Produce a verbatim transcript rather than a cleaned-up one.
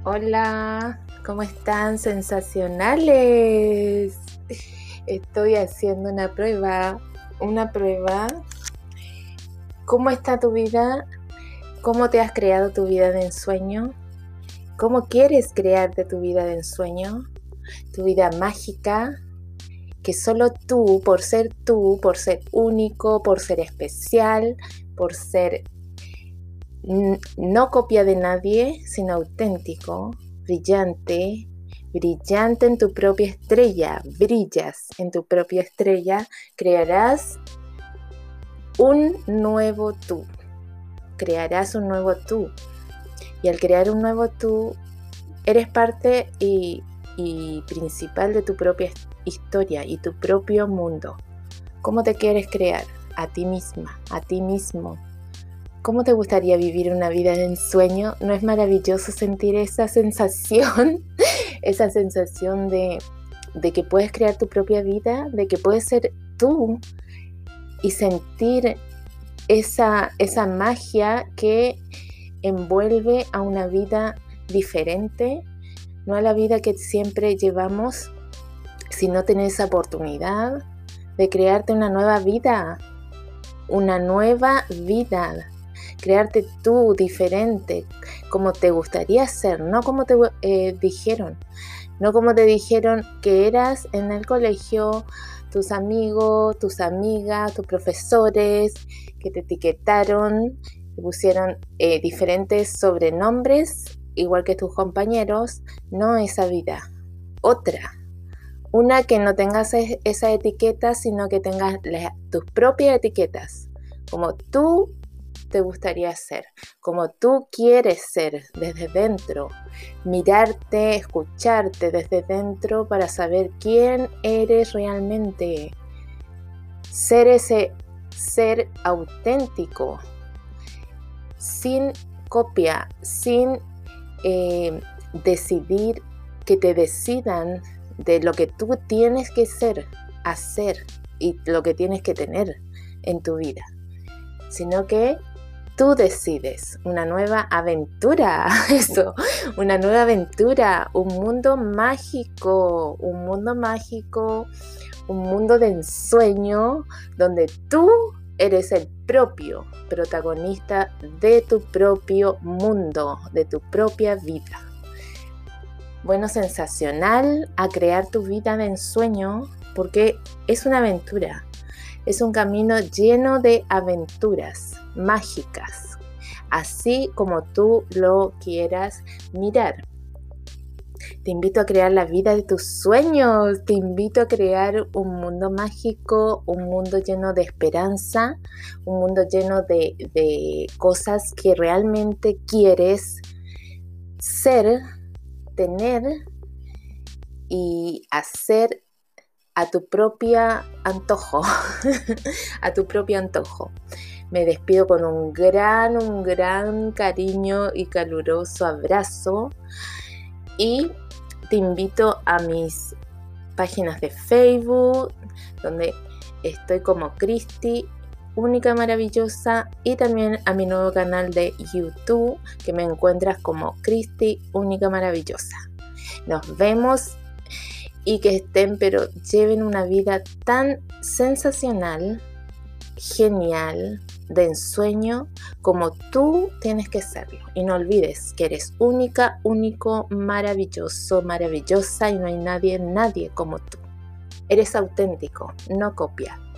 Hola, ¿cómo están? Sensacionales. Estoy haciendo una prueba, una prueba. ¿Cómo está tu vida? ¿Cómo te has creado tu vida de ensueño? ¿Cómo quieres crearte tu vida de ensueño? Tu vida mágica, que solo tú, por ser tú, por ser único, por ser especial, por ser no copia de nadie, sino auténtico, brillante, brillante en tu propia estrella, brillas en tu propia estrella, crearás un nuevo tú, crearás un nuevo tú. Y al crear un nuevo tú, eres parte y, y principal de tu propia historia y tu propio mundo. ¿Cómo te quieres crear? A ti misma, a ti mismo. ¿Cómo te gustaría vivir una vida de ensueño? ¿No es maravilloso sentir esa sensación? Esa sensación de, de que puedes crear tu propia vida, de que puedes ser tú y sentir esa, esa magia que envuelve a una vida diferente, no a la vida que siempre llevamos, sino tener esa oportunidad de crearte una nueva vida, una nueva vida. Crearte tú diferente, como te gustaría ser, no como te eh, dijeron, no como te dijeron que eras en el colegio, tus amigos, tus amigas, tus profesores, que te etiquetaron, te pusieron eh, diferentes sobrenombres, igual que tus compañeros. No esa vida, otra. Una que no tengas esa etiqueta, sino que tengas la, tus propias etiquetas, como tú te gustaría ser, como tú quieres ser desde dentro, mirarte, escucharte desde dentro para saber quién eres realmente, ser ese ser auténtico, sin copia, sin eh, decidir que te decidan de lo que tú tienes que ser, hacer y lo que tienes que tener en tu vida, sino que tú decides una nueva aventura, eso, una nueva aventura, un mundo mágico, un mundo mágico, un mundo de ensueño donde tú eres el propio protagonista de tu propio mundo, de tu propia vida. Bueno, sensacional a crear tu vida de ensueño porque es una aventura. Es un camino lleno de aventuras mágicas, así como tú lo quieras mirar. Te invito a crear la vida de tus sueños, te invito a crear un mundo mágico, un mundo lleno de esperanza, un mundo lleno de, de cosas que realmente quieres ser, tener y hacer a tu propia antojo, a tu propio antojo. Me despido con un gran, un gran cariño y caluroso abrazo y te invito a mis páginas de Facebook, donde estoy como Cristi Única Maravillosa, y también a mi nuevo canal de YouTube, que me encuentras como Cristi Única Maravillosa. Nos vemos. Y que estén, pero lleven una vida tan sensacional, genial, de ensueño, como tú tienes que serlo. Y no olvides que eres única, único, maravilloso, maravillosa, y no hay nadie, nadie como tú. Eres auténtico, no copia.